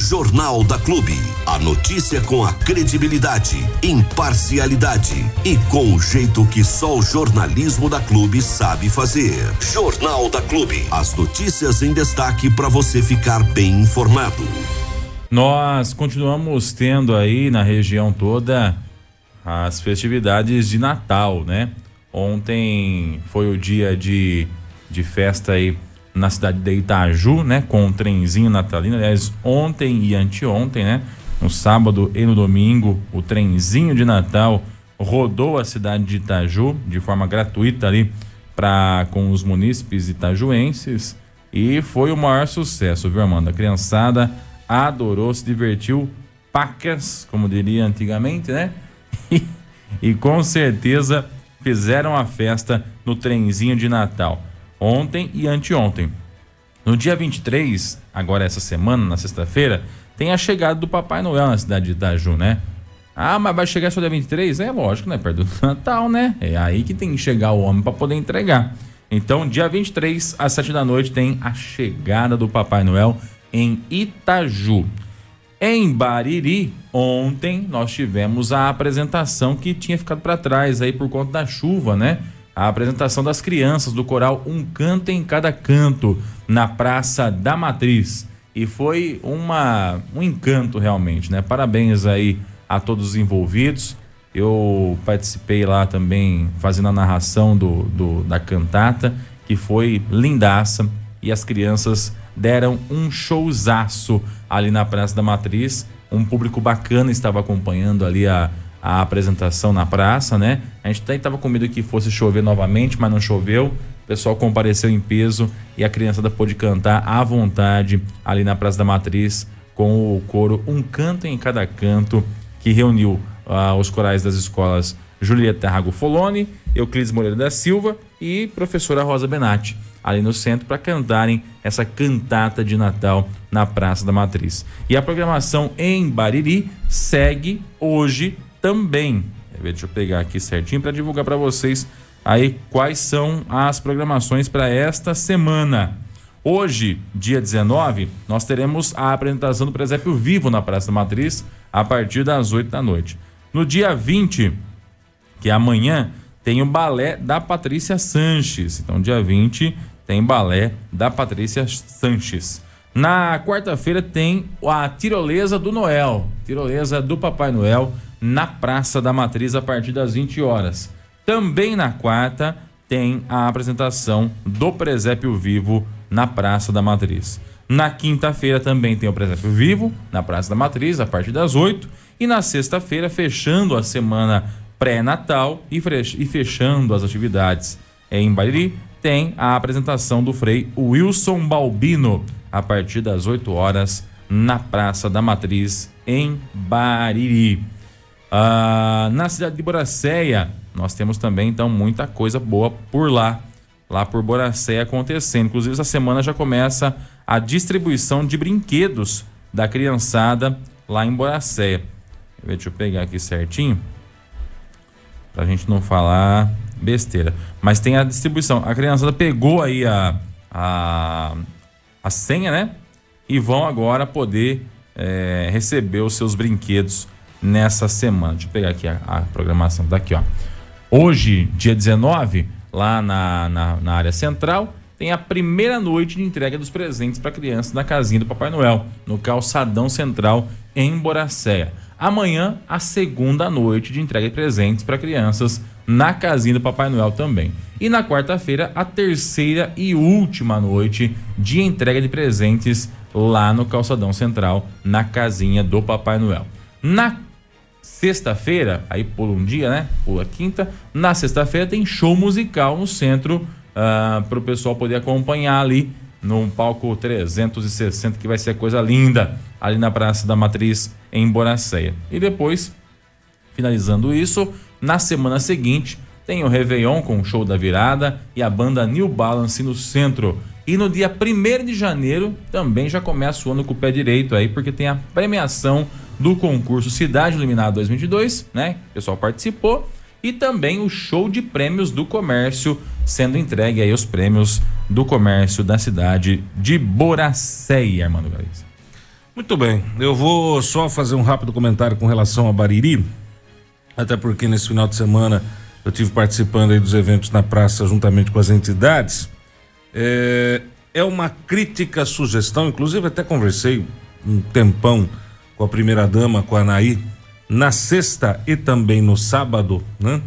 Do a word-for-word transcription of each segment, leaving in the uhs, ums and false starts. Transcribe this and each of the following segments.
Jornal da Clube. A notícia com a credibilidade, imparcialidade e com o jeito que só o jornalismo da Clube sabe fazer. Jornal da Clube. As notícias em destaque para você ficar bem informado. Nós continuamos tendo aí na região toda as festividades de Natal, né? Ontem foi o dia de, de festa aí na cidade de Itaju, né? Com o trenzinho natalino. Aliás, ontem e anteontem, né? No sábado e no domingo, o trenzinho de Natal rodou a cidade de Itaju de forma gratuita ali pra, com os munícipes itajuenses, e foi o maior sucesso, viu, Amanda? A criançada adorou, se divertiu, pacas, como diria antigamente, né? E, e com certeza fizeram a festa no trenzinho de Natal ontem e anteontem. No dia vinte e três, agora essa semana, na sexta-feira, tem a chegada do Papai Noel na cidade de Itaju, né? Ah, mas vai chegar só dia vinte e três? É lógico, né? Perto do Natal, né? É aí que tem que chegar o homem para poder entregar. Então, dia vinte e três, às sete da noite, tem a chegada do Papai Noel em Itaju. Em Bariri, ontem, nós tivemos a apresentação que tinha ficado para trás aí por conta da chuva, né? A apresentação das crianças do coral Um Canto em Cada Canto, na Praça da Matriz. E foi uma, um encanto realmente, né? Parabéns aí a todos os envolvidos. Eu participei lá também fazendo a narração do, do, da cantata, que foi lindaça, e as crianças deram um showzaço ali na Praça da Matriz. Um público bacana estava acompanhando ali a, a apresentação na praça, né? A gente até estava com medo que fosse chover novamente, mas não choveu. O pessoal compareceu em peso e a criançada pôde cantar à vontade ali na Praça da Matriz com o coro Um Canto em Cada Canto, que reuniu uh, os corais das escolas Julieta Rago Foloni, Euclides Moreira da Silva e professora Rosa Benatti, ali no centro, para cantarem essa cantata de Natal na Praça da Matriz. E a programação em Bariri segue hoje também. Deixa eu pegar aqui certinho para divulgar para vocês aí quais são as programações para esta semana. Hoje, dia dezenove, nós teremos a apresentação do Presépio Vivo na Praça da Matriz a partir das oito da noite. No dia vinte, que é amanhã, tem o balé da Patrícia Sanches. Então, dia vinte tem balé da Patrícia Sanches. Na quarta-feira tem a tirolesa do Noel, tirolesa do Papai Noel na Praça da Matriz a partir das vinte horas. Também na quarta tem a apresentação do Presépio Vivo na Praça da Matriz. Na quinta-feira também tem o Presépio Vivo na Praça da Matriz a partir das oito. E na sexta-feira, fechando a semana pré-natal e fechando as atividades em Bariri, tem a apresentação do Frei Wilson Balbino a partir das oito horas na Praça da Matriz em Bariri. Ah, na cidade de Boracéia, nós temos também então muita coisa boa por lá, lá por Boracéia acontecendo. Inclusive, essa semana já começa a distribuição de brinquedos da criançada lá em Boracéia. Deixa eu pegar aqui certinho, pra gente não falar besteira. Mas tem a distribuição. A criançada pegou aí a, a, a senha, né? E vão agora poder é, receber os seus brinquedos nessa semana. Deixa eu pegar aqui a, a programação. Daqui, ó. Hoje, dia dezenove, lá na, na, na área central, tem a primeira noite de entrega dos presentes para crianças na casinha do Papai Noel, no calçadão central em Boracéia. Amanhã, a segunda noite de entrega de presentes para crianças na casinha do Papai Noel também. E na quarta-feira, a terceira e última noite de entrega de presentes lá no calçadão central, na casinha do Papai Noel. Na sexta-feira, aí pula um dia, né? Pula quinta. Na sexta-feira tem show musical no centro, uh, para o pessoal poder acompanhar ali num palco trezentos e sessenta, que vai ser coisa linda ali na Praça da Matriz em Boracéia. E depois, finalizando isso, na semana seguinte tem o Réveillon com o show da virada e a banda New Balance no centro. E no dia primeiro de janeiro também já começa o ano com o pé direito aí, porque tem a premiação do concurso Cidade Iluminada dois mil e vinte e dois, né? O pessoal participou. E também o show de prêmios do comércio, sendo entregue aí os prêmios do comércio da cidade de Boracéia, Armando Galiza. Muito bem, eu vou só fazer um rápido comentário com relação a Bariri, até porque nesse final de semana eu tive participando aí dos eventos na praça juntamente com as entidades. É, é uma crítica, sugestão, inclusive até conversei um tempão com a primeira dama, com a Anaí, na sexta e também no sábado, né?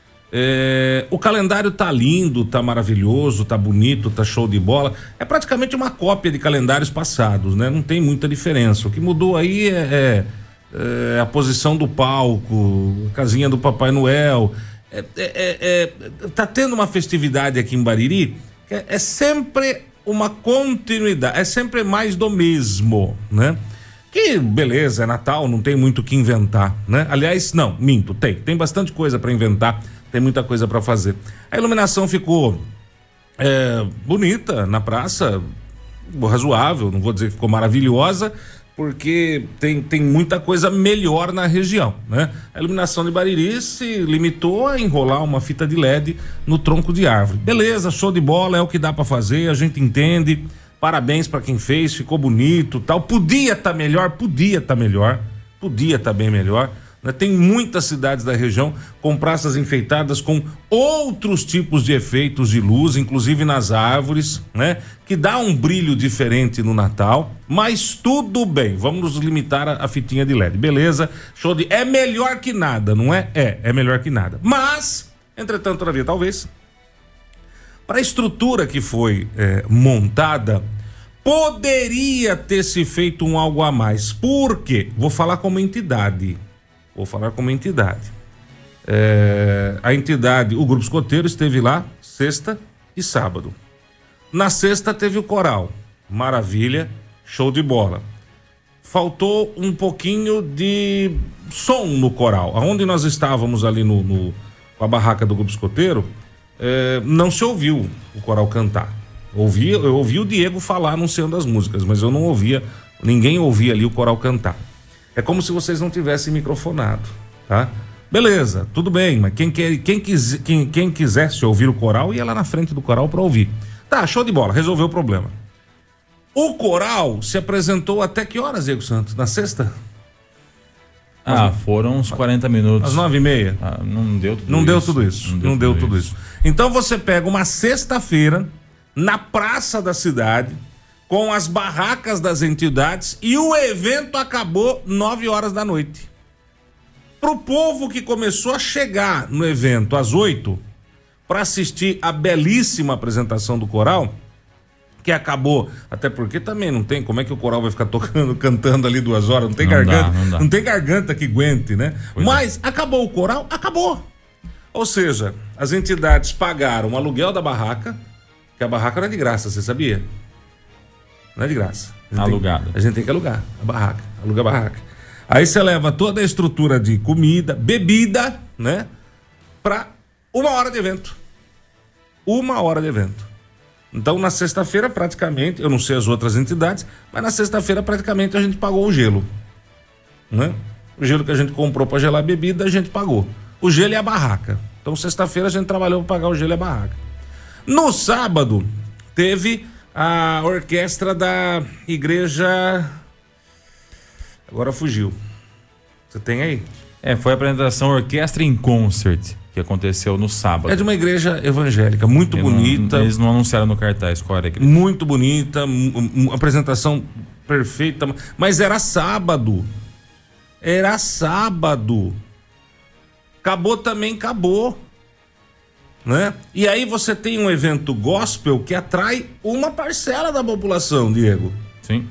É, o calendário tá lindo, tá maravilhoso, tá bonito, tá show de bola. É praticamente uma cópia de calendários passados, né? Não tem muita diferença. O que mudou aí é, é, é a posição do palco, a casinha do Papai Noel. É, é, é, tá tendo uma festividade aqui em Bariri que é, é sempre uma continuidade, é sempre mais do mesmo, né? Que beleza, é Natal, não tem muito o que inventar, né? Aliás, não, minto, tem, tem bastante coisa para inventar. Tem muita coisa para fazer. A iluminação ficou é, bonita na praça, razoável, não vou dizer que ficou maravilhosa, porque tem, tem muita coisa melhor na região, né? A iluminação de Bariri se limitou a enrolar uma fita de L E D no tronco de árvore. Beleza, show de bola, é o que dá para fazer, a gente entende. Parabéns para quem fez, ficou bonito, tal. Podia estar tá melhor, podia estar tá melhor, podia estar tá bem melhor. Tem muitas cidades da região com praças enfeitadas com outros tipos de efeitos de luz, inclusive nas árvores, né? Que dá um brilho diferente no Natal, mas tudo bem, vamos nos limitar a, a fitinha de L E D, beleza? Show de... É melhor que nada, não é? É, é melhor que nada. Mas, entretanto, todavia, talvez, para a estrutura que foi é, montada, poderia ter se feito um algo a mais. Por quê? Vou falar como entidade. Vou falar como entidade. É, a entidade, o Grupo Escoteiro esteve lá sexta e sábado. Na sexta teve o coral. Maravilha, show de bola. Faltou um pouquinho de som no coral. Aonde nós estávamos ali no, no com a barraca do Grupo Escoteiro, é, não se ouviu o coral cantar. Ouvi, eu ouvi o Diego falar anunciando as músicas, mas eu não ouvia, ninguém ouvia ali o coral cantar. É como se vocês não tivessem microfonado, tá? Beleza, tudo bem, mas quem, quer, quem, quis, quem, quem quisesse ouvir o coral ia lá na frente do coral para ouvir. Tá, show de bola, resolveu o problema. O coral se apresentou até que horas, Diego Santos? Na sexta? Ah, foram uns quarenta minutos. Às nove e meia? Ah, não deu tudo não isso. Deu tudo isso. Não deu, não tudo, deu tudo isso. isso. Então você pega uma sexta-feira na praça da cidade, com as barracas das entidades, e o evento acabou nove horas da noite. Pro povo que começou a chegar no evento às oito para assistir a belíssima apresentação do coral, que acabou, até porque também não tem, como é que o coral vai ficar tocando, cantando ali duas horas, não tem não garganta, dá, não, dá. não tem garganta que aguente, né? Pois Mas é. acabou o coral, acabou. Ou seja, as entidades pagaram o aluguel da barraca, que a barraca não é de graça, você sabia? Não é de graça. Alugado. A gente tem que alugar a barraca, aluga a barraca. Aí você leva toda a estrutura de comida, bebida, né? Pra uma hora de evento. Uma hora de evento. Então, na sexta-feira, praticamente, eu não sei as outras entidades, mas na sexta-feira, praticamente, a gente pagou o gelo, né? O gelo que a gente comprou para gelar a bebida, a gente pagou. O gelo e a barraca. Então, sexta-feira, a gente trabalhou para pagar o gelo e a barraca. No sábado, teve a orquestra da igreja... Agora fugiu. Você tem aí? É, foi a apresentação Orquestra em Concert, que aconteceu no sábado. É de uma igreja evangélica, muito eles bonita. Não, eles não anunciaram no cartaz qual era a igreja. Muito bonita, uma apresentação perfeita, mas era sábado. Era sábado. Acabou também, acabou. Né? E aí você tem um evento gospel que atrai uma parcela da população, Diego. Sim.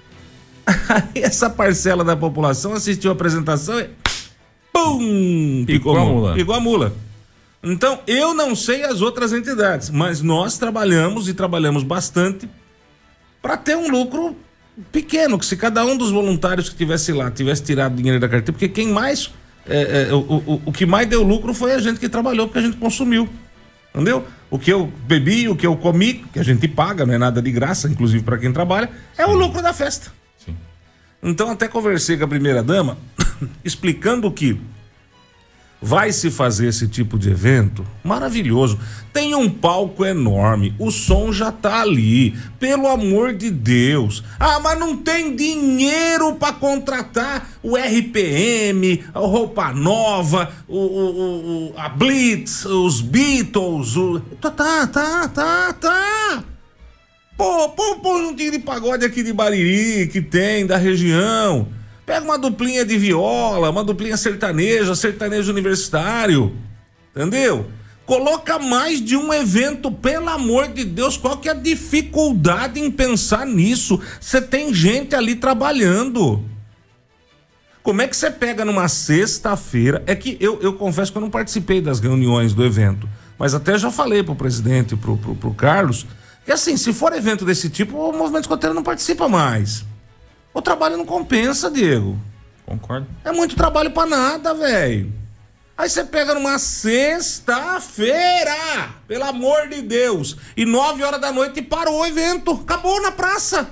Aí essa parcela da população assistiu a apresentação e pum! Picou a mula. Picou a mula. Então, eu não sei as outras entidades, mas nós trabalhamos e trabalhamos bastante para ter um lucro pequeno, que se cada um dos voluntários que tivesse lá tivesse tirado dinheiro da carteira, porque quem mais, é, é, o, o, o que mais deu lucro foi a gente que trabalhou, porque a gente consumiu, entendeu? O que eu bebi, o que eu comi, que a gente paga, não é nada de graça, inclusive para quem trabalha, é o lucro da festa. Então até conversei com a primeira dama explicando que vai se fazer esse tipo de evento, maravilhoso. Tem um palco enorme, o som já tá ali, pelo amor de Deus. Ah, mas não tem dinheiro para contratar o R P M, a Roupa Nova, o, o, o, a Blitz, os Beatles, o... Tá, tá, tá, tá, tá. Pô, pô, pô, um time de pagode aqui de Bariri, que tem, da região. Pega uma duplinha de viola, uma duplinha sertaneja, sertanejo universitário, entendeu? Coloca mais de um evento, pelo amor de Deus, qual que é a dificuldade em pensar nisso? Você tem gente ali trabalhando. Como é que você pega numa sexta-feira? É que eu, eu confesso que eu não participei das reuniões do evento, mas até já falei pro presidente, pro, pro, pro Carlos, que assim, se for evento desse tipo, o movimento escoteiro não participa mais. O trabalho não compensa, Diego. Concordo. É muito trabalho pra nada, velho. Aí você pega numa sexta-feira, pelo amor de Deus, e nove horas da noite parou o evento, acabou na praça.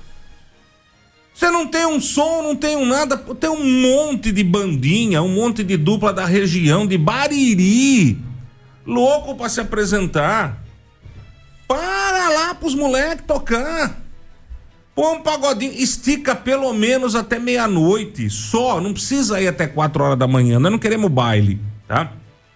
Você não tem um som, não tem um nada, tem um monte de bandinha, um monte de dupla da região de Bariri, louco pra se apresentar. Para lá pros moleques tocar. Põe um pagodinho, estica pelo menos até meia-noite, só, não precisa ir até quatro horas da manhã, nós não queremos baile, tá?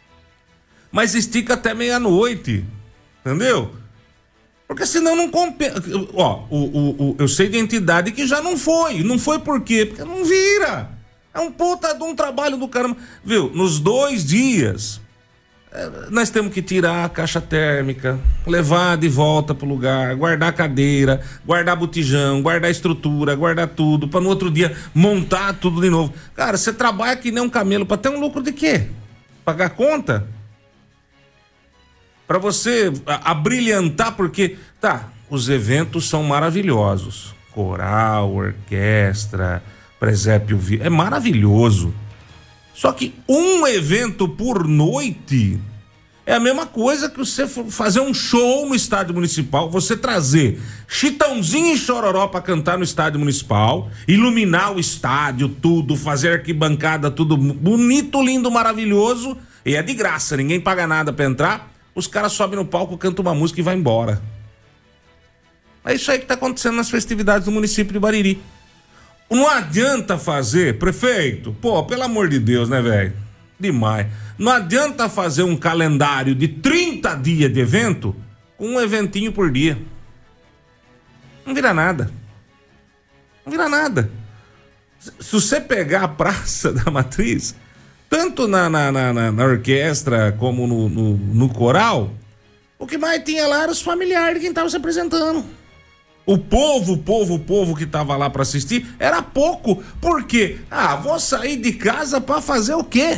Mas estica até meia-noite, entendeu? Porque senão não compensa. Ó, o, o, o, eu sei de entidade que já não foi, não foi por quê? Porque não vira, é um puta de um trabalho do caramba, viu? Nos dois dias... nós temos que tirar a caixa térmica, levar de volta pro lugar, guardar a cadeira, guardar botijão, guardar a estrutura, guardar tudo, para no outro dia montar tudo de novo. Cara, você trabalha que nem um camelo para ter um lucro de quê? Pagar conta? Para você abrilhantar, porque, tá, os eventos são maravilhosos. Coral, orquestra, presépio, é maravilhoso. Só que um evento por noite é a mesma coisa que você fazer um show no estádio municipal, você trazer Chitãozinho e Chororó pra cantar no estádio municipal, iluminar o estádio, tudo, fazer arquibancada, tudo bonito, lindo, maravilhoso, e é de graça, ninguém paga nada pra entrar, os caras sobem no palco, cantam uma música e vai embora. É isso aí que tá acontecendo nas festividades do município de Bariri. Não adianta fazer, prefeito, pô, pelo amor de Deus, né, velho? Demais. Não adianta fazer um calendário de trinta dias de evento com um eventinho por dia. Não vira nada. Não vira nada. Se você pegar a Praça da Matriz, tanto na, na, na, na, na orquestra como no, no, no coral, o que mais tinha lá era os familiares de quem tava se apresentando. O povo, o povo, o povo que tava lá para assistir era pouco. Por quê? Ah, vou sair de casa para fazer o quê?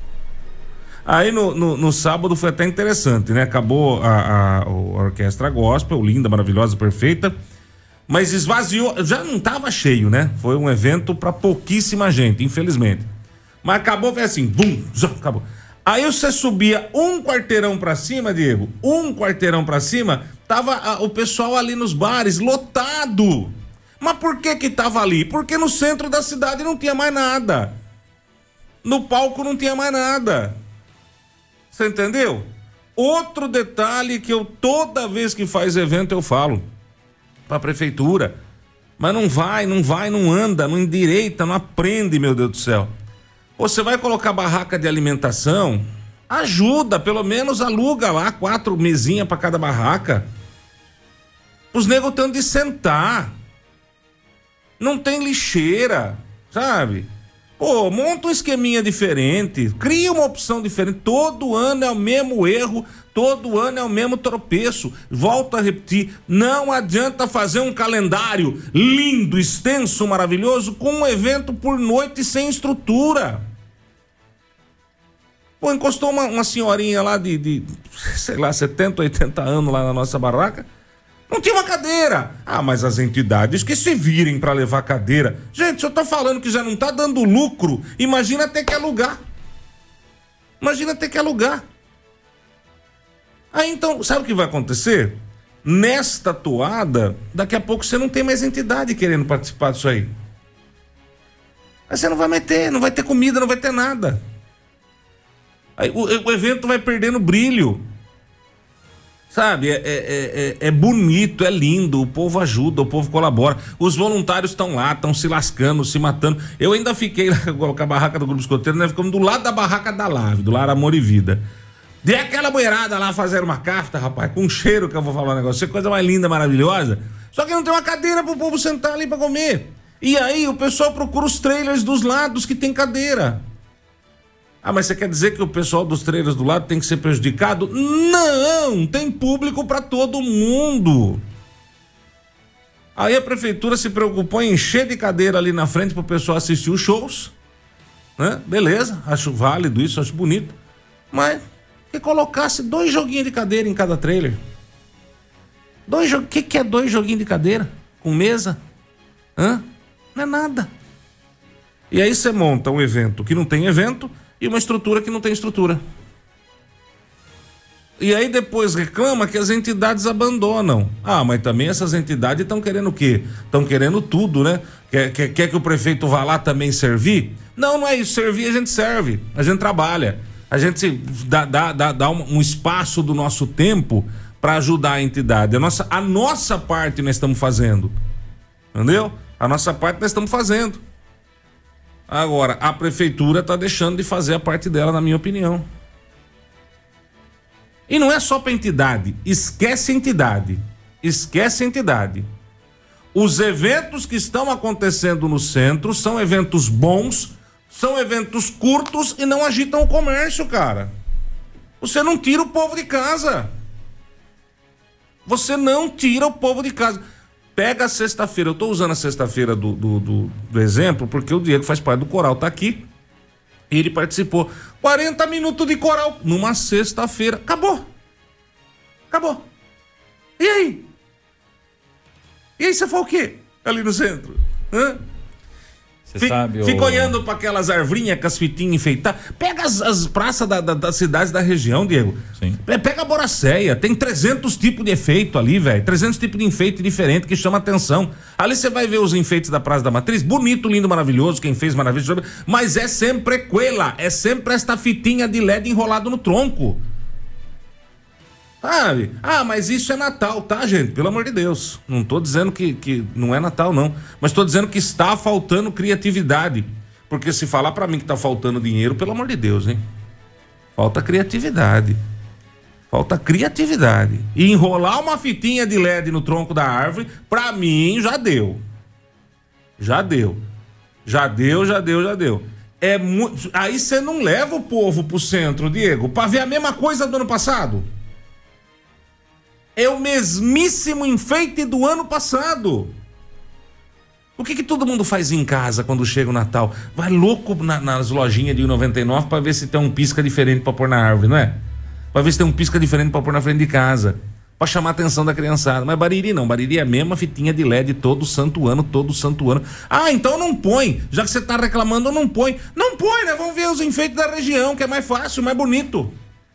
Aí no, no, no sábado foi até interessante, né? Acabou a, a, a orquestra gospel, linda, maravilhosa, perfeita, mas esvaziou, já não tava cheio, né? Foi um evento para pouquíssima gente, infelizmente. Mas acabou, foi assim, bum, zó, acabou. Aí você subia um quarteirão para cima, Diego, um quarteirão para cima, tava a, o pessoal ali nos bares, lotado. Mas por que que tava ali? Porque no centro da cidade não tinha mais nada. No palco não tinha mais nada. Você entendeu? Outro detalhe que eu, toda vez que faz evento, eu falo pra prefeitura. Mas não vai, não vai, não anda, não endireita, não aprende, meu Deus do céu. Você vai colocar barraca de alimentação, ajuda, pelo menos aluga lá quatro mesinhas para cada barraca. Os negros têm de sentar. Não tem lixeira, sabe? Pô, monta um esqueminha diferente, cria uma opção diferente. Todo ano é o mesmo erro, todo ano é o mesmo tropeço. Volto a repetir, não adianta fazer um calendário lindo, extenso, maravilhoso, com um evento por noite sem estrutura. Pô, encostou uma, uma senhorinha lá de, de, sei lá, setenta, oitenta anos lá na nossa barraca. Não tinha uma cadeira. Ah, mas as entidades que se virem para levar cadeira. Gente, se eu tô falando que já não tá dando lucro, imagina ter que alugar. Imagina ter que alugar. Aí então, sabe o que vai acontecer? Nesta toada, daqui a pouco você não tem mais entidade querendo participar disso aí. Aí você não vai meter, não vai ter comida, não vai ter nada. Aí, o, o evento vai perdendo brilho. Sabe, é, é, é, é bonito, é lindo, o povo ajuda, o povo colabora. Os voluntários estão lá, estão se lascando, se matando. Eu ainda fiquei lá com a barraca do Grupo Escoteiro, nós ficamos do lado da barraca da Lave, do lado Amor e Vida. Dei aquela boeirada lá, fazendo uma cafta, rapaz, com um cheiro que eu vou falar um negócio. Isso é coisa mais linda, maravilhosa. Só que não tem uma cadeira pro povo sentar ali pra comer. E aí o pessoal procura os trailers dos lados que tem cadeira. Ah, mas você quer dizer que o pessoal dos trailers do lado tem que ser prejudicado? Não, tem público para todo mundo. Aí a prefeitura se preocupou em encher de cadeira ali na frente para o pessoal assistir os shows, né? Beleza, acho válido isso, acho bonito. Mas que colocasse dois joguinhos de cadeira em cada trailer. Dois jo... que que é dois joguinhos de cadeira com mesa? Hã? Não é nada. E aí você monta um evento que não tem evento e uma estrutura que não tem estrutura. E aí depois reclama que as entidades abandonam. Ah, mas também essas entidades estão querendo o quê? Estão querendo tudo, né? Quer, quer, quer que o prefeito vá lá também servir? Não, não é isso. Servir a gente serve. A gente trabalha. A gente dá, dá, dá, dá um, um espaço do nosso tempo para ajudar a entidade. A nossa, a nossa parte nós estamos fazendo. Entendeu? A nossa parte nós estamos fazendo. Agora, a prefeitura está deixando de fazer a parte dela, na minha opinião. E não é só para entidade. Esquece a entidade. Esquece a entidade. Os eventos que estão acontecendo no centro são eventos bons, são eventos curtos e não agitam o comércio, cara. Você não tira o povo de casa. Você não tira o povo de casa. Pega a sexta-feira, eu tô usando a sexta-feira do, do, do, do exemplo, porque o Diego faz parte do coral, tá aqui. E ele participou. quarenta minutos de coral numa sexta-feira. Acabou. Acabou. E aí? E aí você foi o quê? Ali no centro? Hã? Fica, sabe, fica o... olhando para aquelas arvrinhas com as fitinhas enfeitadas. Pega as, as praças da, da, das cidades da região, Diego. Sim. Pega a Boracéia. Tem trezentos tipos de efeito ali, velho. trezentos tipos de enfeite diferente que chama atenção. Ali você vai ver os enfeites da Praça da Matriz. Bonito, lindo, maravilhoso. Quem fez maravilhoso. Mas é sempre equela. É sempre esta fitinha de L E D enrolado no tronco. Sabe? Ah, mas isso é Natal, tá, gente? Pelo amor de Deus. Não tô dizendo que, que não é Natal, não. Mas tô dizendo que está faltando criatividade. Porque se falar pra mim que tá faltando dinheiro, pelo amor de Deus, hein? Falta criatividade. Falta criatividade. E enrolar uma fitinha de L E D no tronco da árvore, pra mim, já deu. Já deu. Já deu, já deu, já deu. É mu... Aí você não leva o povo pro centro, Diego, pra ver a mesma coisa do ano passado. É o mesmíssimo enfeite do ano passado. O que que todo mundo faz em casa quando chega o Natal? Vai louco na, nas lojinhas de um e noventa e nove pra ver se tem um pisca diferente pra pôr na árvore, não é? Pra ver se tem um pisca diferente pra pôr na frente de casa. Pra chamar a atenção da criançada. Mas Bariri não. Bariri é a mesma fitinha de L E D todo santo ano, todo santo ano. Ah, então não põe. Já que você tá reclamando, não põe. Não põe, né? Vamos ver os enfeites da região, que é mais fácil, mais bonito.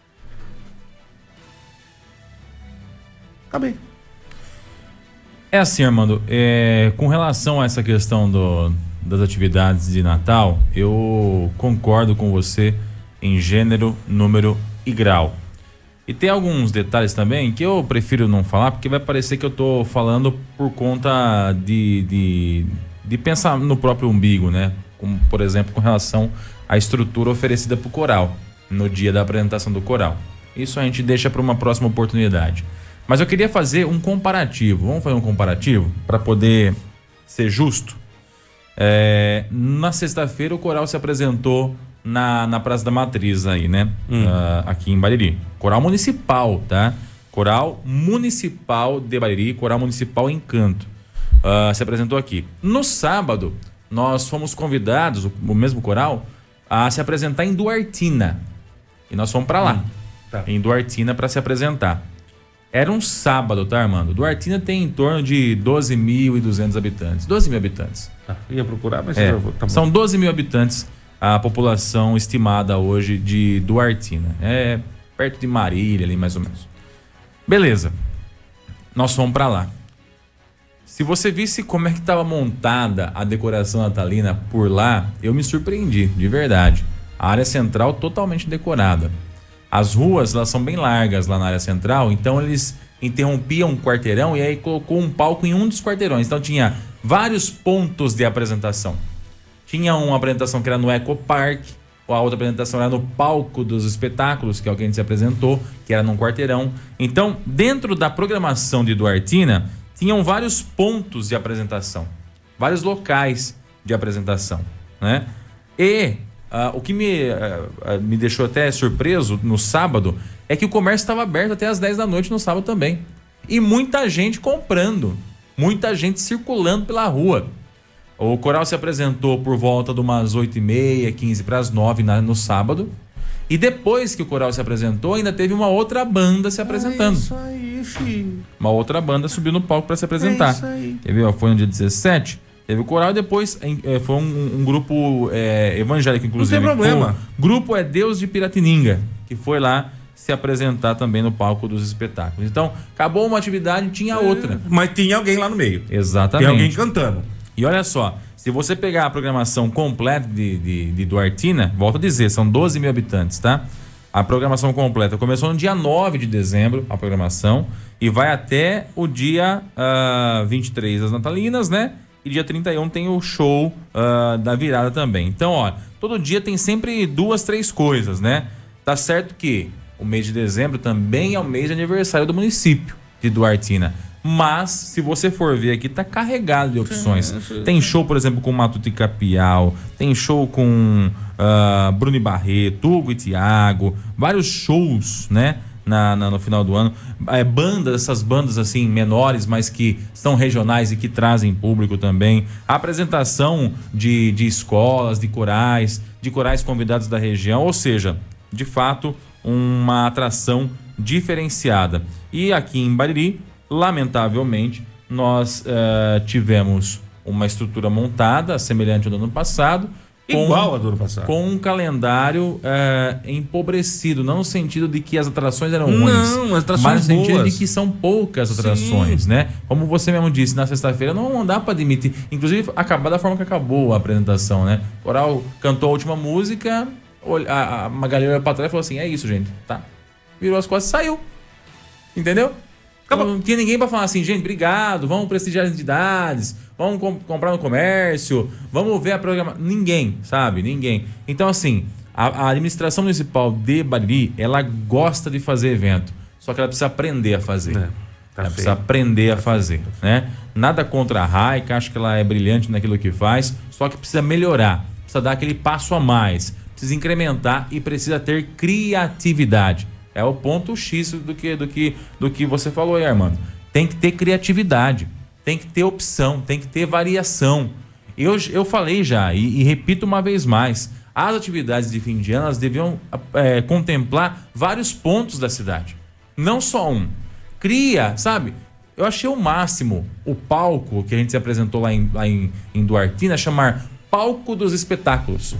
Acabei. É assim, Armando, é, com relação a essa questão do, das atividades de Natal, eu concordo com você em gênero, número e grau. E tem alguns detalhes também que eu prefiro não falar, porque vai parecer que eu tô falando por conta de, de, de pensar no próprio umbigo, né? Como, por exemplo, com relação à estrutura oferecida pro coral, no dia da apresentação do coral. Isso a gente deixa para uma próxima oportunidade. Mas eu queria fazer um comparativo. Vamos fazer um comparativo para poder ser justo. É, na sexta-feira o coral se apresentou na, na Praça da Matriz aí, né? Hum. Uh, aqui em Bariri. Coral municipal, tá? Coral municipal de Bariri, coral municipal Encanto. Uh, se apresentou aqui. No sábado, nós fomos convidados, o, o mesmo coral, a se apresentar em Duartina. E nós fomos para lá. Hum. Tá. Em Duartina para se apresentar. Era um sábado, tá, Armando? Duartina tem em torno de doze mil e duzentos habitantes. doze mil habitantes. Tá, ia procurar, mas é, eu vou, tá bom. São doze mil habitantes a população estimada hoje de Duartina. É perto de Marília, ali mais ou menos. Beleza. Nós fomos pra lá. Se você visse como é que estava montada a decoração natalina por lá, eu me surpreendi, de verdade. A área central totalmente decorada. As ruas, elas são bem largas lá na área central, então eles interrompiam um quarteirão e aí colocou um palco em um dos quarteirões. Então tinha vários pontos de apresentação. Tinha uma apresentação que era no Eco Park, a outra apresentação era no palco dos espetáculos, que é o que a gente se apresentou, que era num quarteirão. Então, dentro da programação de Duartina, tinham vários pontos de apresentação, vários locais de apresentação, né? E uh, o que me, uh, me deixou até surpreso no sábado é que o comércio estava aberto até as dez da noite no sábado também. E muita gente comprando, muita gente circulando pela rua. O coral se apresentou por volta de umas oito e meia, quinze para as nove no sábado. E depois que o coral se apresentou, ainda teve uma outra banda se apresentando. É isso aí, filho. Uma outra banda subiu no palco para se apresentar. É isso aí. Teve, ó, foi no dia dezessete, teve o coral e depois é, foi um, um grupo é, evangélico, inclusive. Não tem problema. O grupo é Deus de Piratininga, que foi lá se apresentar também no palco dos espetáculos. Então, acabou uma atividade, tinha é, outra. Mas tinha alguém lá no meio. Exatamente. Tem alguém cantando. E olha só, se você pegar a programação completa de, de, de Duartina, volto a dizer, são doze mil habitantes, tá? A programação completa começou no dia nove de dezembro, a programação, e vai até o dia uh, vinte e três das natalinas, né? E dia trinta e um tem o show uh, da virada também. Então, ó, todo dia tem sempre duas, três coisas, né? Tá certo que o mês de dezembro também é o mês de aniversário do município de Duartina. Mas, se você for ver aqui, tá carregado de opções. Tem show, por exemplo, com Matuto e Capial, tem show com uh, Bruno e Barreto, Hugo e Thiago, vários shows, né? Na, na, no final do ano. É, bandas, essas bandas assim, menores, mas que são regionais e que trazem público também. A apresentação de, de escolas, de corais, de corais convidados da região, ou seja, de fato, uma atração diferenciada. E aqui em Bariri, lamentavelmente, nós uh, tivemos uma estrutura montada, semelhante ao do ano passado. Igual ao do ano passado. Com um calendário uh, empobrecido, não no sentido de que as atrações eram ruins. Não, as atrações mas no sentido boas. de que são poucas atrações, Sim. né? Como você mesmo disse, na sexta-feira não dá para admitir. Inclusive, acabar da forma que acabou a apresentação, né? O coral cantou a última música, a, a Magali olhou pra trás e falou assim, é isso, gente, tá? Virou as costas e saiu. Entendeu? Não tinha ninguém para falar assim, gente, obrigado, vamos prestigiar as entidades, vamos comp- comprar no comércio, vamos ver a programação. Ninguém, sabe? Ninguém. Então, assim, a, a administração municipal de Bariri, ela gosta de fazer evento, só que ela precisa aprender a fazer. É, tá ela feio. precisa aprender tá a fazer, feio. né? Nada contra a Raika, acho que ela é brilhante naquilo que faz, só que precisa melhorar, precisa dar aquele passo a mais, precisa incrementar e precisa ter criatividade. É o ponto X do que, do que, do que você falou aí, Armando. Tem que ter criatividade, tem que ter opção, tem que ter variação. Eu, eu falei já e, e repito uma vez mais, as atividades de fim de ano elas deviam é, contemplar vários pontos da cidade, não só um. Cria, sabe? Eu achei o máximo o palco que a gente se apresentou lá em, lá em, em Duartina, chamar Palco dos Espetáculos.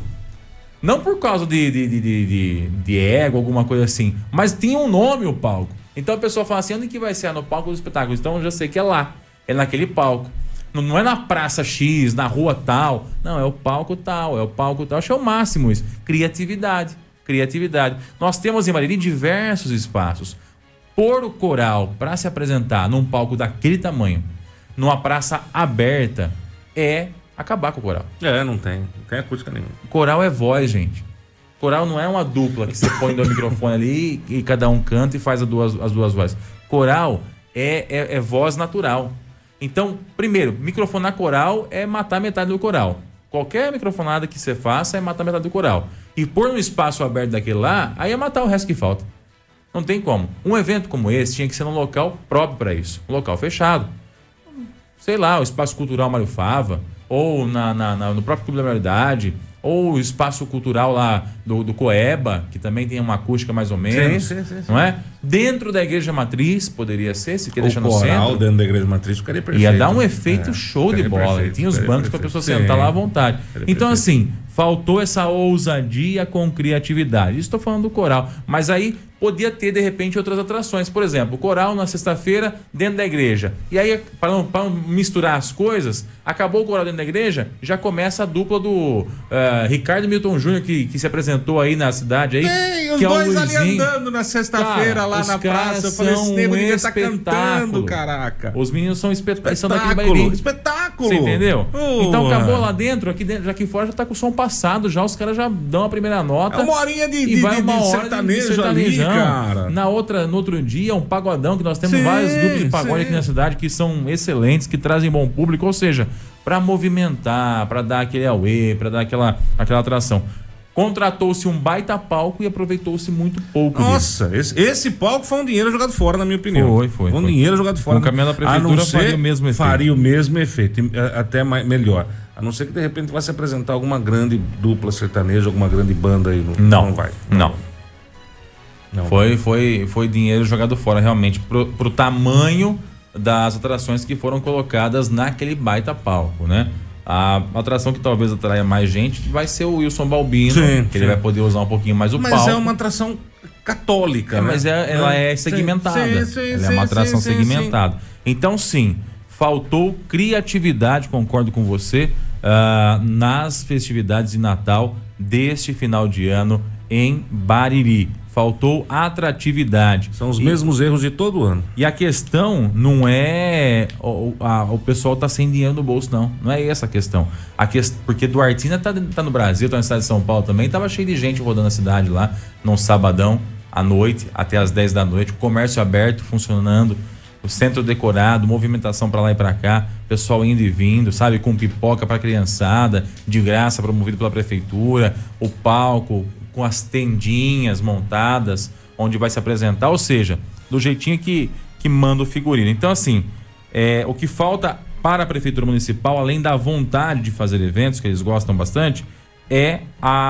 Não por causa de, de, de, de, de ego, alguma coisa assim, mas tinha um nome o palco. Então a pessoa fala assim, onde que vai ser? Ah, no palco dos espetáculos. Então eu já sei que é lá, é naquele palco. Não, não é na praça X, na rua tal. Não, é o palco tal, é o palco tal. Acho que é o máximo isso. Criatividade, criatividade. Nós temos em Bariri diversos espaços. Pôr o coral para se apresentar num palco daquele tamanho, numa praça aberta, é acabar com o coral. É, não tem. Não tem acústica nenhuma. Coral é voz, gente. Coral não é uma dupla que você põe no microfone ali e, e cada um canta e faz as duas, as duas vozes. Coral é, é, é voz natural. Então, primeiro, microfonar coral é matar metade do coral. Qualquer microfonada que você faça é matar metade do coral. E pôr um espaço aberto daquele lá, aí é matar o resto que falta. Não tem como. Um evento como esse tinha que ser num local próprio para isso. Um local fechado. Sei lá, o Espaço Cultural Mário Fava, ou na, na, na, no próprio Clube da Maioridade, ou o espaço cultural lá do, do Coeba, que também tem uma acústica mais ou menos, sim, sim, sim, sim. não é? Dentro da Igreja Matriz, poderia ser, se quer deixar no centro. O coral dentro da Igreja Matriz ficaria perfeito. Ia dar um efeito é, show de bola. Perfeito, tinha os bancos para a pessoa sentar sim, lá à vontade. Então, assim, faltou essa ousadia com criatividade. Estou falando do coral. Mas aí podia ter, de repente, outras atrações. Por exemplo, o coral na sexta-feira dentro da igreja. E aí, para não, para não misturar as coisas, acabou o coral dentro da igreja, já começa a dupla do uh, Ricardo Milton Júnior, que, que se apresentou aí na cidade. Aí, Tem, os que dois é o ali andando na sexta-feira lá na praça. Eu falei, esse nego devia estar cantando, caraca. Os meninos são espet... espetáculo. Espetáculo. Você entendeu? Oh, então acabou lá dentro, aqui dentro, já aqui fora já tá com o som passado, já os caras já dão a primeira nota. É uma horinha de, e de, vai de, uma de hora sertanejo, de ali, cara. Na outra, no outro dia, um pagodão, que nós temos sim, vários grupos de pagode sim. aqui na cidade que são excelentes, que trazem bom público, ou seja, para movimentar, para dar aquele auê, para dar aquela, aquela atração. Contratou-se um baita palco e aproveitou-se muito pouco. Nossa, esse, esse palco foi um dinheiro jogado fora, na minha opinião. Foi, foi. Foi um foi. dinheiro jogado fora. O caminhão da prefeitura faria o mesmo efeito. Faria o mesmo efeito, até mais, melhor. A não ser que de repente vai se apresentar alguma grande dupla sertaneja, alguma grande banda aí. No, não, não vai. Não. não. Foi, foi, foi dinheiro jogado fora, realmente, pro, pro tamanho das atrações que foram colocadas naquele baita palco, né? A atração que talvez atraia mais gente vai ser o Wilson Balbino, sim, que sim. ele vai poder usar um pouquinho mais o mas palco. Mas é uma atração católica, é, né? Mas é, ela é segmentada. Sim, sim, ela sim, é uma atração sim, segmentada. Sim. Então, sim, faltou criatividade, concordo com você, uh, nas festividades de Natal deste final de ano em Bariri. Faltou atratividade. São os e, mesmos erros de todo ano. E a questão não é o, a, o pessoal tá sem dinheiro no bolso, não. Não é essa a questão. A quest... Porque Duartina tá, tá no Brasil, tá na cidade de São Paulo também, tava cheio de gente rodando a cidade lá, num sabadão, à noite, até às dez da noite, o comércio aberto, funcionando, o centro decorado, movimentação para lá e para cá, pessoal indo e vindo, sabe, com pipoca para criançada, de graça, promovido pela prefeitura, o palco com as tendinhas montadas, onde vai se apresentar, ou seja, do jeitinho que, que manda o figurino. Então, assim, é, o que falta para a Prefeitura Municipal, além da vontade de fazer eventos, que eles gostam bastante, é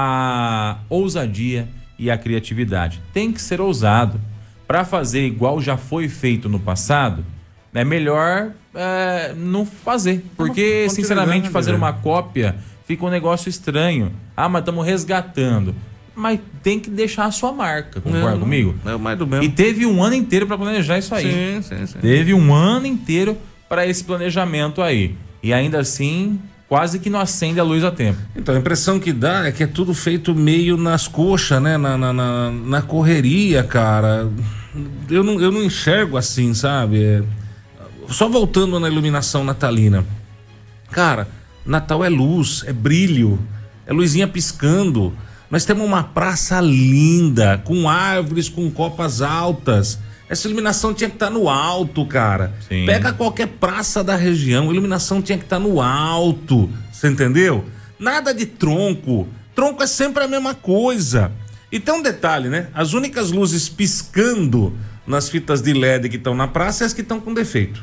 a ousadia e a criatividade. Tem que ser ousado. Para fazer igual já foi feito no passado, é melhor é, não fazer. Porque, não, sinceramente, fazer uma cópia fica um negócio estranho. Ah, mas estamos resgatando. Mas tem que deixar a sua marca, concorda não, comigo? É mais do mesmo. E teve um ano inteiro para planejar isso aí. Sim, sim, sim. Teve um ano inteiro para esse planejamento aí. E ainda assim, quase que não acende a luz a tempo. Então, a impressão que dá é que é tudo feito meio nas coxas, né? Na, na, na, na correria, cara. Eu não, eu não enxergo assim, sabe? É... Só voltando na iluminação natalina. Cara, Natal é luz, é brilho, é luzinha piscando. Nós temos uma praça linda, com árvores, com copas altas. Essa iluminação tinha que estar no alto, cara. Sim. Pega qualquer praça da região, a iluminação tinha que estar no alto. Você entendeu? Nada de tronco. Tronco é sempre a mesma coisa. E tem um detalhe, né? As únicas luzes piscando nas fitas de L E D que estão na praça é as que estão com defeito.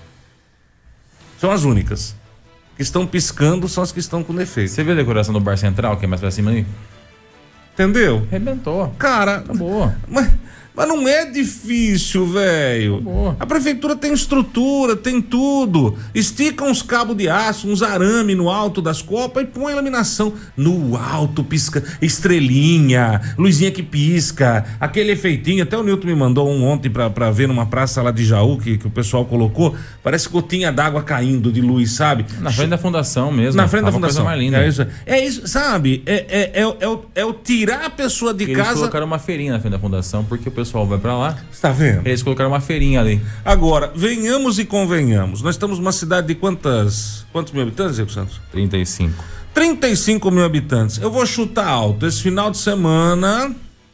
São as únicas. Que estão piscando são as que estão com defeito. Você viu a decoração do Bar Central, que é mais pra cima ali? Entendeu? Arrebentou. Cara, acabou. Mas, mas não é difícil, velho. A prefeitura tem estrutura, tem tudo. Estica uns cabos de aço, uns arame no alto das copas e põe a iluminação no alto, pisca, estrelinha, luzinha que pisca, aquele efeitinho. Até o Nilton me mandou um ontem pra, pra ver numa praça lá de Jaú que, que o pessoal colocou. Parece gotinha d'água caindo de luz, sabe? Na frente da fundação mesmo. Na frente da fundação. Coisa mais linda. É isso, é isso, sabe? É, é, é, é, o, é o tirar a pessoa de Eles casa. Eles colocaram uma feirinha na frente da fundação, porque o pessoal vai pra lá. Você tá vendo? Eles colocaram uma feirinha ali. Agora, venhamos e convenhamos. Nós estamos numa cidade de quantas, quantos mil habitantes, Diego Santos? trinta e cinco. trinta e cinco mil habitantes. Eu vou chutar alto. Esse final de semana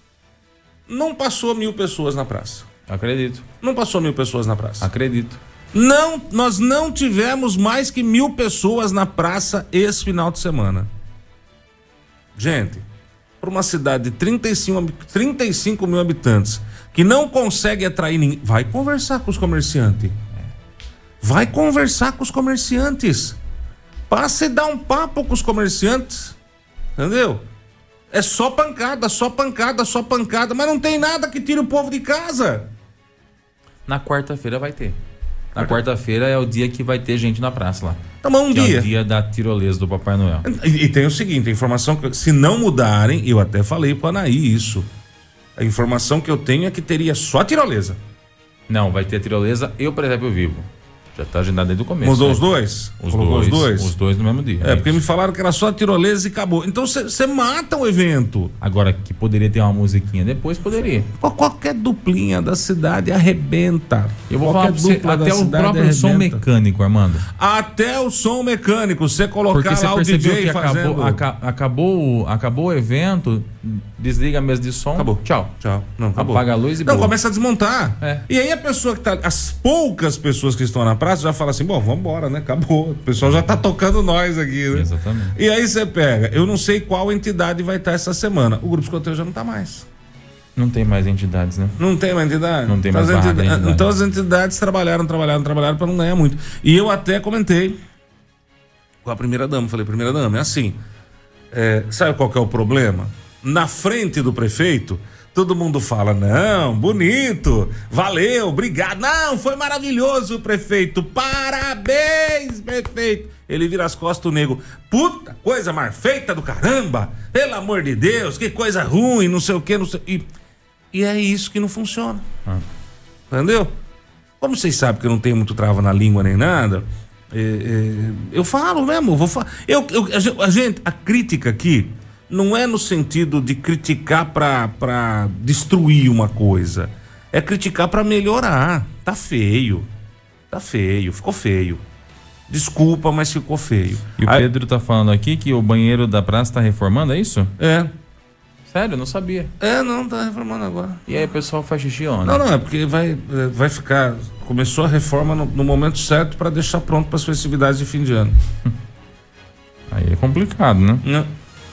não passou mil pessoas na praça. Acredito. Não passou mil pessoas na praça. Acredito. Não, nós não tivemos mais que mil pessoas na praça esse final de semana. Gente, para uma cidade de trinta e cinco, trinta e cinco mil habitantes, que não consegue atrair ninguém, vai conversar com os comerciantes. Vai conversar com os comerciantes. Passa e dá um papo com os comerciantes. Entendeu? É só pancada, só pancada, só pancada, mas não tem nada que tire o povo de casa. Na quarta-feira vai ter. Na quarta-feira é o dia que vai ter gente na praça lá. Então, um que dia. É o dia da tirolesa do Papai Noel. E, e tem o seguinte, a informação que se não mudarem, eu até falei pro Anaí isso. A informação que eu tenho é que teria só tirolesa. Não, vai ter tirolesa e o presépio vivo. Já tá agendado desde o começo. Mudou né? os dois? Os Colocou dois, os dois? Os dois no mesmo dia. É, porque me falaram que era só tirolesa e acabou. Então você mata o evento. Agora, que poderia ter uma musiquinha depois, poderia. Pô, qualquer duplinha da cidade arrebenta. Eu vou qualquer falar pra você, dupla da até o cidade próprio som arrebenta. mecânico, Armando. Até o som mecânico, você colocar Porque você lá o percebeu D J que fazendo... acabou, aca- acabou, acabou o evento, desliga a mesa de som, Acabou. tchau. Tchau. Não, acabou. Apaga a luz e Não, boa. começa a desmontar. É. E aí a pessoa que tá... As poucas pessoas que estão na praça já falam assim, bom, vamos embora, né? Acabou. O pessoal já tá tocando nós aqui, né? Exatamente. E aí você pega, eu não sei qual entidade vai estar essa semana. O grupo escoteiro já não tá mais. Não tem mais entidades, né? Não tem mais entidade? Não tem Então mais as barraca de entidades, entidade. Então as entidades trabalharam, trabalharam, trabalharam para não ganhar muito. E eu até comentei com a primeira dama, falei, primeira dama, é assim, é, sabe qual que é o problema? Na frente do prefeito, todo mundo fala, não, bonito, valeu, obrigado, não, foi maravilhoso, prefeito, parabéns, prefeito. Ele vira as costas, o nego, puta, coisa mal feita do caramba, pelo amor de Deus, que coisa ruim, não sei o que, não sei... E, e é isso que não funciona, Ah. entendeu? Como vocês sabem que eu não tenho muito trava na língua nem nada, é, é, eu falo mesmo, vou falar. Eu, eu, a gente- a gente, a crítica aqui não é no sentido de criticar pra, pra destruir uma coisa, é criticar pra melhorar. Tá feio, tá feio, ficou feio. Desculpa, mas ficou feio. E o Aí- Pedro tá falando aqui que o banheiro da praça tá reformando, é isso? É, Sério, eu não sabia. é, não, tá reformando agora. E aí o pessoal faz xixi onde? Não, não, é porque vai, é, vai ficar. Começou a reforma no, no momento certo pra deixar pronto para as festividades de fim de ano. Aí é complicado, né? Né?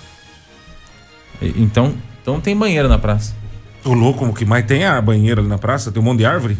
E- Então, então tem banheiro na praça. O louco, o que mais tem é a banheira ali na praça, tem um monte de árvore.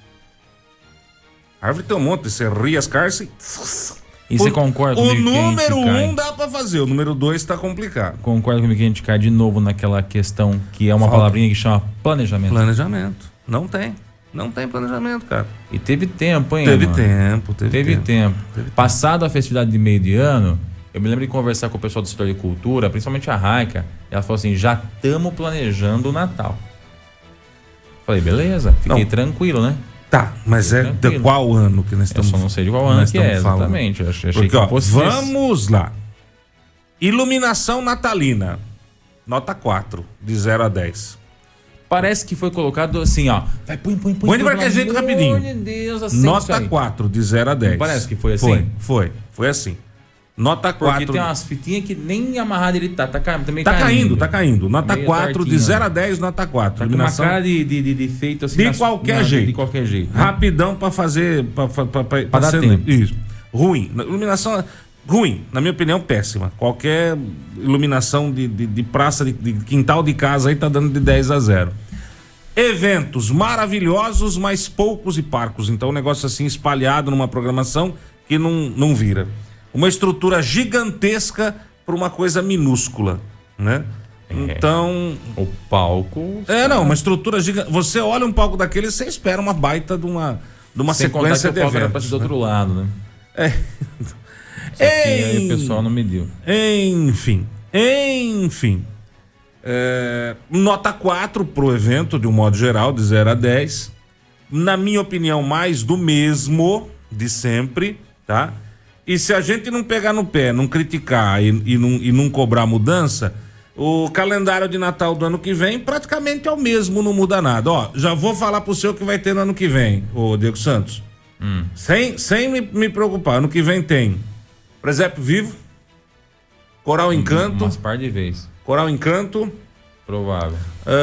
Árvore tem um monte, você ri as cárceres. E você concorda O comigo que a gente número cai- um dá pra fazer, o número dois tá complicado. Concorda comigo que a gente cai de novo naquela questão que é uma Falta. palavrinha que chama planejamento. Planejamento. Não tem. Não tem planejamento, cara. E teve tempo, hein, Teve mano? tempo, teve, Teve tempo. tempo. Teve tempo. Passado a festividade de meio de ano, eu me lembro de conversar com o pessoal do setor de cultura, principalmente a Raica. Ela falou assim: já estamos planejando o Natal. Falei, beleza, fiquei Não. tranquilo, né? Tá, mas é de Tranquilo. qual ano que nós Eu estamos só não sei de qual nós ano que é, estamos falando? exatamente. Eu achei Porque, que ó, fosse vamos lá. Iluminação natalina. Nota quatro, de zero a dez. Parece que foi colocado assim, ó. Vai, põe, põe, põe. Põe de põe, qualquer pelo jeito, amor rapidinho. de Deus, acende isso Nota aí. quatro, de zero a dez. Não parece que foi assim? Foi, foi. Foi assim. Nota Porque quatro. tem umas fitinhas que nem amarrado ele tá. Tá, ca- também Tá caindo. caindo, tá caindo. Nota Meio quatro, de tortinho, zero né? a dez, nota quatro. Tá com uma Iluminação cara de, de, de, de feito assim. de nas- qualquer na- jeito. De qualquer jeito. né? Rapidão pra fazer. Pra, pra, pra, pra, pra dar ser- tempo. Isso. Ruim. Iluminação ruim. Na minha opinião, péssima. Qualquer iluminação de, de, de praça, de, de quintal de casa aí tá dando de dez a zero. Eventos maravilhosos, mas poucos e parcos. Então, um negócio assim espalhado numa programação que não, não vira. Uma estrutura gigantesca para uma coisa minúscula, né? Então, O palco. é, não, uma estrutura gigante. Você olha um palco daquele e você espera uma baita de uma, de uma Sem contar que sequência o de palco era pra ser eventos. do outro lado, né? É. Só que aí o pessoal não mediu. Enfim, enfim. É, nota quatro pro evento, de um modo geral, de zero a dez. Na minha opinião, mais do mesmo de sempre, tá? E se a gente não pegar no pé, não criticar e, e, não, e não cobrar mudança, o calendário de Natal do ano que vem praticamente é o mesmo, não muda nada. Ó, já vou falar pro seu que vai ter no ano que vem, ô Diego Santos. Hum. Sem, sem me, me preocupar, ano que vem tem Presépio Vivo, Coral Encanto, Umas par de vezes. Coral Encanto, Provável.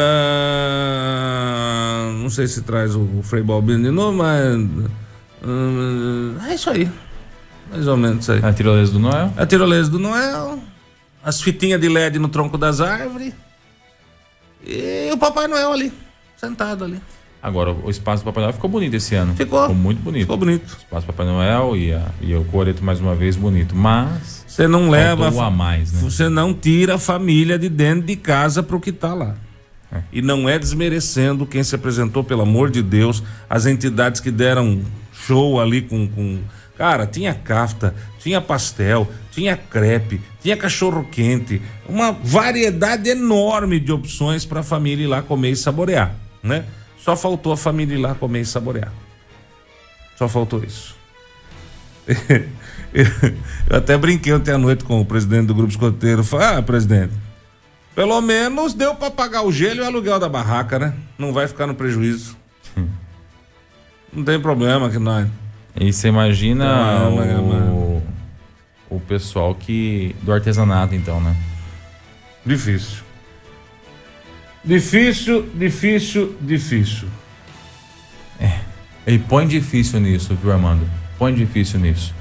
ah, não sei se traz o, o Frei Balbino de novo, mas ah, é isso aí, mais ou menos isso aí. A tirolesa do Noel. A tirolesa do Noel, as fitinhas de L E D no tronco das árvores e o Papai Noel ali, sentado ali. Agora, o espaço do Papai Noel ficou bonito esse ano. Ficou. Ficou muito bonito. Ficou bonito. O espaço do Papai Noel e, a, e o coreto mais uma vez bonito. Mas Você não leva, faltou o a mais, né? você não tira a família de dentro de casa pro que tá lá. É. E não é desmerecendo quem se apresentou, pelo amor de Deus, as entidades que deram show ali com, com... Cara, tinha cafta, tinha pastel, tinha crepe, tinha cachorro quente, uma variedade enorme de opções para a família ir lá comer e saborear, né? Só faltou a família ir lá comer e saborear. Só faltou isso. Eu até brinquei ontem à noite com o presidente do grupo escoteiro. Falei, ah, presidente, pelo menos deu para pagar o gelo e o aluguel da barraca, né? Não vai ficar no prejuízo. Não tem problema que nós. E você imagina Ah, o, mas, mas... o pessoal que do artesanato, então, né? Difícil. Difícil, difícil, difícil. É. E põe difícil nisso, viu, Armando? Põe difícil nisso.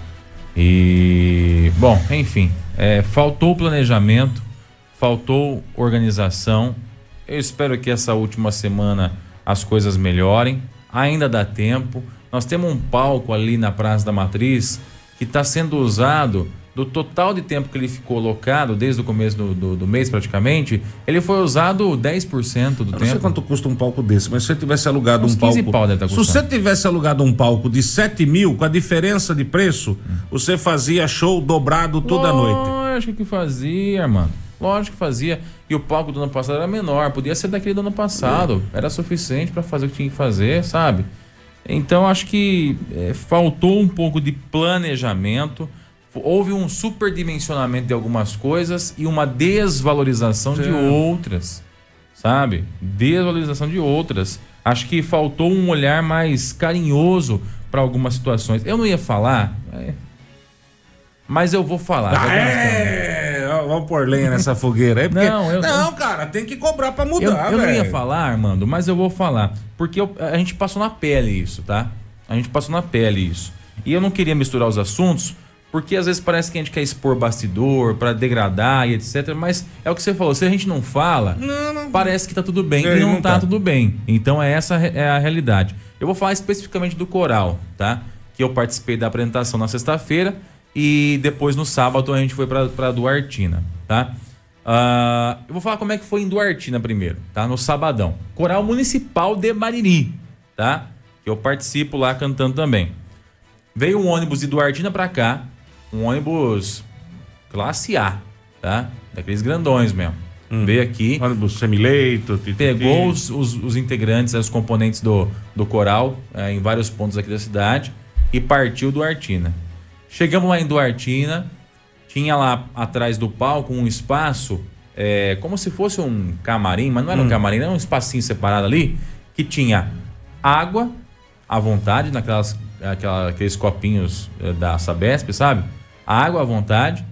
E, bom, enfim, é, faltou planejamento, faltou organização. Eu espero que essa última semana as coisas melhorem. Ainda dá tempo. Nós temos um palco ali na Praça da Matriz que está sendo usado. Do total de tempo que ele ficou locado, desde o começo do, do, do mês praticamente, ele foi usado dez por cento do Eu tempo. não sei quanto custa um palco desse, mas se você tivesse alugado Uns um palco. quinze pau deve tá se custando. você tivesse alugado um palco de sete mil, com a diferença de preço, hum. você fazia show dobrado toda a noite. Lógico que fazia, mano. Lógico que fazia. E o palco do ano passado era menor, podia ser daquele do ano passado. É. Era suficiente para fazer o que tinha que fazer, sabe? Então acho que é, faltou um pouco de planejamento. Houve um superdimensionamento de algumas coisas e uma desvalorização Sim. de outras, sabe? Desvalorização de outras. Acho que faltou um olhar mais carinhoso para algumas situações. Eu não ia falar, é... mas eu vou falar. Ah, é... Vamos pôr lenha nessa fogueira aí. Porque... Não, eu... não, cara, tem que cobrar para mudar, Eu, eu não ia falar, Armando, mas eu vou falar. Porque eu, a gente passou na pele isso, tá? A gente passou na pele isso. E eu não queria misturar os assuntos, porque às vezes parece que a gente quer expor bastidor para degradar e etcétera. Mas é o que você falou, se a gente não fala, não, não, parece que tá tudo bem é, e não, não tá, tá tudo bem. Então é essa é a realidade. Eu vou falar especificamente do coral, tá? Que eu participei da apresentação na sexta-feira e depois no sábado a gente foi para Duartina, tá? Uh, eu vou falar como é que foi em Duartina primeiro, tá? No sabadão. Coral Municipal de Bariri, tá? Que eu participo lá cantando também. Veio um ônibus de Duartina para cá. Um ônibus classe A, tá? Daqueles grandões mesmo. Hum. Veio aqui. Ônibus semileito. Pegou os, os, os integrantes, os componentes do, do coral é, em vários pontos aqui da cidade e partiu Duartina. Chegamos lá em Duartina, tinha lá atrás do palco um espaço, é, como se fosse um camarim, mas não era hum. um camarim, era um espacinho separado ali, que tinha água à vontade, naquelas, aquela, aqueles copinhos da Sabesp, sabe? Água à vontade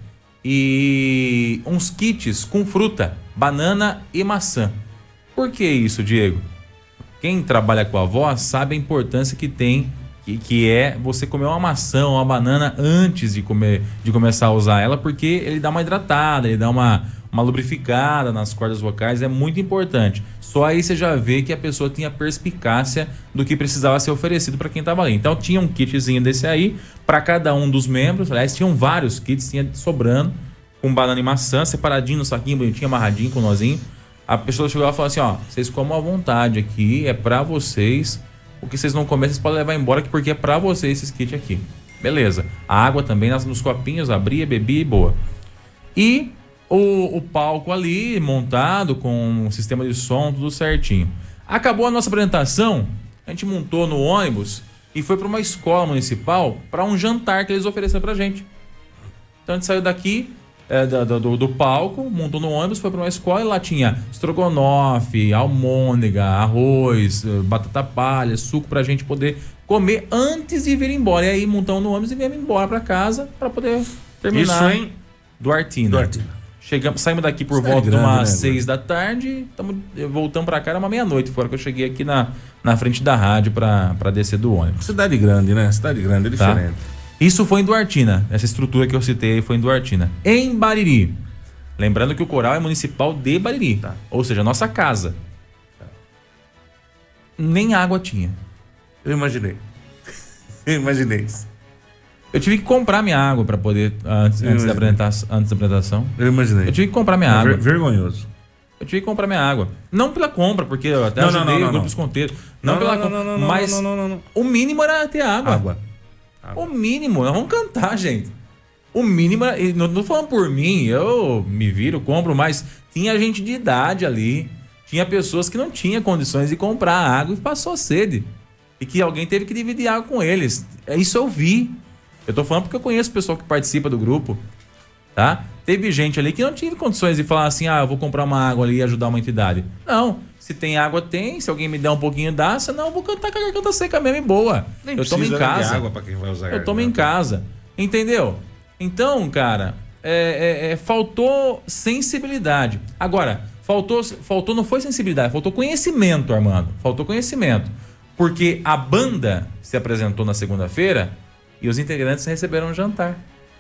e uns kits com fruta, banana e maçã. Por que isso, Diego? Quem trabalha com a voz sabe a importância que tem, que, que é você comer uma maçã ou uma banana antes de, comer, de começar a usar ela, porque ele dá uma hidratada, ele dá uma, uma lubrificada nas cordas vocais, é muito importante. Só aí você já vê que a pessoa tinha perspicácia do que precisava ser oferecido para quem estava ali. Então tinha um kitzinho desse aí para cada um dos membros. Aliás, tinham vários kits, tinha sobrando, com banana e maçã, separadinho no saquinho, bonitinho, amarradinho com nozinho. A pessoa chegou lá e falou assim, ó, vocês comam à vontade aqui, é para vocês. O que vocês não comerem, vocês podem levar embora, porque é para vocês esses kits aqui. Beleza. A água também nas, nos copinhos, abria, bebia e boa. E O, o palco ali montado com um sistema de som, tudo certinho. Acabou a nossa apresentação, a gente montou no ônibus e foi para uma escola municipal para um jantar que eles ofereceram pra gente. Então a gente saiu daqui é, do, do, do palco, montou no ônibus, foi para uma escola e lá tinha estrogonofe, almôndega, arroz, batata palha, suco pra gente poder comer antes de vir embora. E aí montamos no ônibus e viemos embora para casa para poder terminar. Isso, hein? Duartina. Duartina. Chegamos, saímos daqui por volta é grande, de umas né, seis da tarde, tamo, voltamos pra cá, era uma meia-noite, fora que eu cheguei aqui na, na frente da rádio pra, pra descer do ônibus. Cidade grande, né? Cidade grande, é diferente. Tá? Isso foi em Duartina, essa estrutura que eu citei foi em Duartina. Em Bariri, lembrando que o coral é municipal de Bariri, tá? Ou seja, a nossa casa. Tá. Nem água tinha. Eu imaginei. Eu imaginei isso. Eu tive que comprar minha água para poder, antes, antes, da apresentação, antes da apresentação. Eu imaginei. Eu tive que comprar minha água. Ver, vergonhoso. Eu tive que comprar minha água. Não pela compra, porque eu até não, ajudei não, não, o grupo esconteiro. Não, não pela não, compra. Não, não, mas não, não, não, não. O mínimo era ter água. Água. água. O mínimo. Nós vamos cantar, gente. O mínimo, não tô falando por mim, eu me viro, compro, mas tinha gente de idade ali. Tinha pessoas que não tinham condições de comprar água e passou sede. E que alguém teve que dividir água com eles. Isso eu vi. Eu tô falando porque eu conheço o pessoal que participa do grupo. Tá? Teve gente ali que não tinha condições de falar assim, ah, eu vou comprar uma água ali e ajudar uma entidade. Não. Se tem água, tem. Se alguém me der um pouquinho, dá. Se não, eu vou cantar com a garganta seca mesmo e boa. Nem eu tomo em casa. De água pra quem vai usar eu tomo em casa. Entendeu? Então, cara, é, é, é, faltou sensibilidade. Agora, faltou, faltou, não foi sensibilidade, faltou conhecimento, Armando. Faltou conhecimento. Porque a banda se apresentou na segunda-feira e os integrantes receberam um jantar.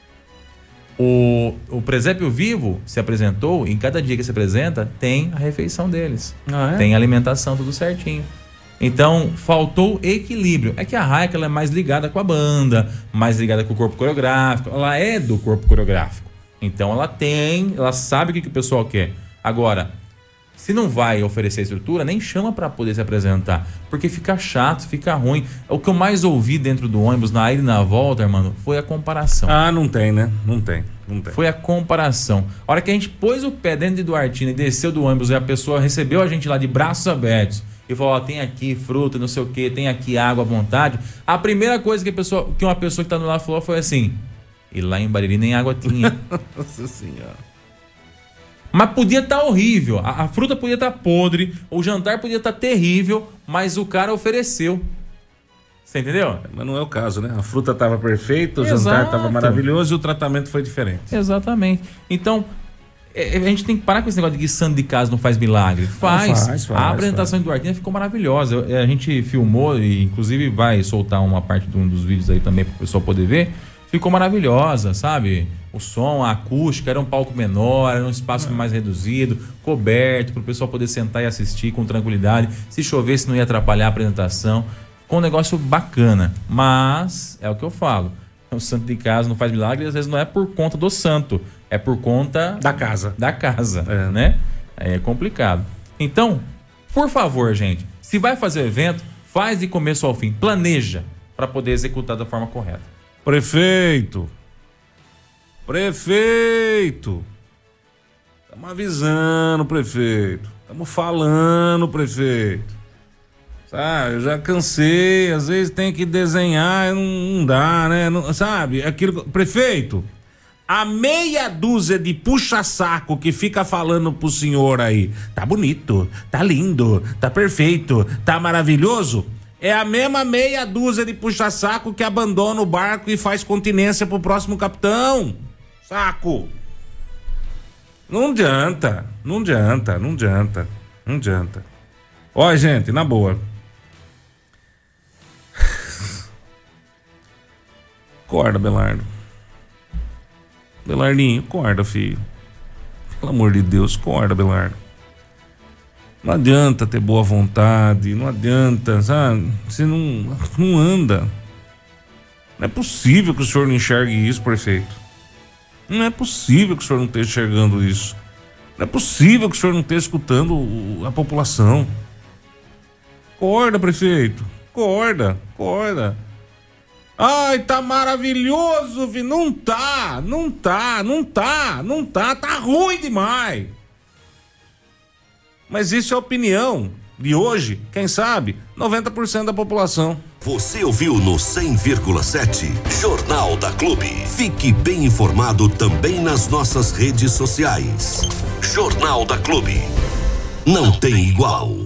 O, o Presépio Vivo se apresentou, e em cada dia que se apresenta, tem a refeição deles. Ah, é? Tem alimentação, tudo certinho. Então, faltou equilíbrio. É que a Raika, ela é mais ligada com a banda, mais ligada com o corpo coreográfico. Ela é do corpo coreográfico. Então, ela tem, ela sabe o que, que o pessoal quer. Agora, se não vai oferecer estrutura, nem chama para poder se apresentar. Porque fica chato, fica ruim. O que eu mais ouvi dentro do ônibus, na ida e na volta, mano, foi a comparação. Ah, não tem, né? Não tem, não tem. Foi a comparação. A hora que a gente pôs o pé dentro de Duartina e desceu do ônibus e a pessoa recebeu a gente lá de braços abertos e falou, ó, tem aqui fruta, não sei o que, tem aqui água à vontade. A primeira coisa que, a pessoa, que uma pessoa que tá do lado falou foi assim, e lá em Bariri nem água tinha. Nossa Senhora. Mas podia estar tá horrível, a, a fruta podia estar tá podre, o jantar podia estar tá terrível, mas o cara ofereceu. Você entendeu? Mas não é o caso, né? A fruta estava perfeita, o Exato. jantar estava maravilhoso e o tratamento foi diferente. Exatamente. Então, é, a gente tem que parar com esse negócio de que santo de casa não faz milagre. Faz. faz, faz a apresentação faz. de Duartina ficou maravilhosa. Eu, a gente filmou e inclusive vai soltar uma parte de um dos vídeos aí também para o pessoal poder ver. Ficou maravilhosa, sabe? O som, a acústica, era um palco menor, era um espaço é. mais reduzido, coberto, para o pessoal poder sentar e assistir com tranquilidade. Se chovesse, não ia atrapalhar a apresentação. Ficou um negócio bacana. Mas, é o que eu falo, o santo de casa não faz milagre, às vezes não é por conta do santo, é por conta... Da casa. Da casa, é. né? É complicado. Então, por favor, gente, se vai fazer o evento, faz de começo ao fim. Planeja para poder executar da forma correta. Prefeito, prefeito, estamos avisando, prefeito, estamos falando, prefeito, sabe, eu já cansei, às vezes tem que desenhar, não, não dá, né, não, sabe, aquilo, prefeito, a meia dúzia de puxa-saco que fica falando pro senhor aí, tá bonito, tá lindo, tá perfeito, tá maravilhoso, é a mesma meia dúzia de puxa-saco que abandona o barco e faz continência pro próximo capitão. Saco! Não adianta, não adianta, não adianta, não adianta. Ó, gente, na boa. Acorda, Belardo. Belardinho, acorda, filho. Pelo amor de Deus, acorda, Belardo. Não adianta ter boa vontade, não adianta, sabe? Você não, não anda. Não é possível que o senhor não enxergue isso, prefeito. Não é possível que o senhor não esteja enxergando isso. Não é possível que o senhor não esteja escutando a população. Acorda, prefeito. Acorda, acorda. Ai, tá maravilhoso, vi. Não tá, não tá, não tá, não tá, tá ruim demais. Mas isso é opinião de hoje, quem sabe, noventa por cento da população. Você ouviu no cem vírgula sete Jornal da Clube. Fique bem informado também nas nossas redes sociais. Jornal da Clube. Não tem igual.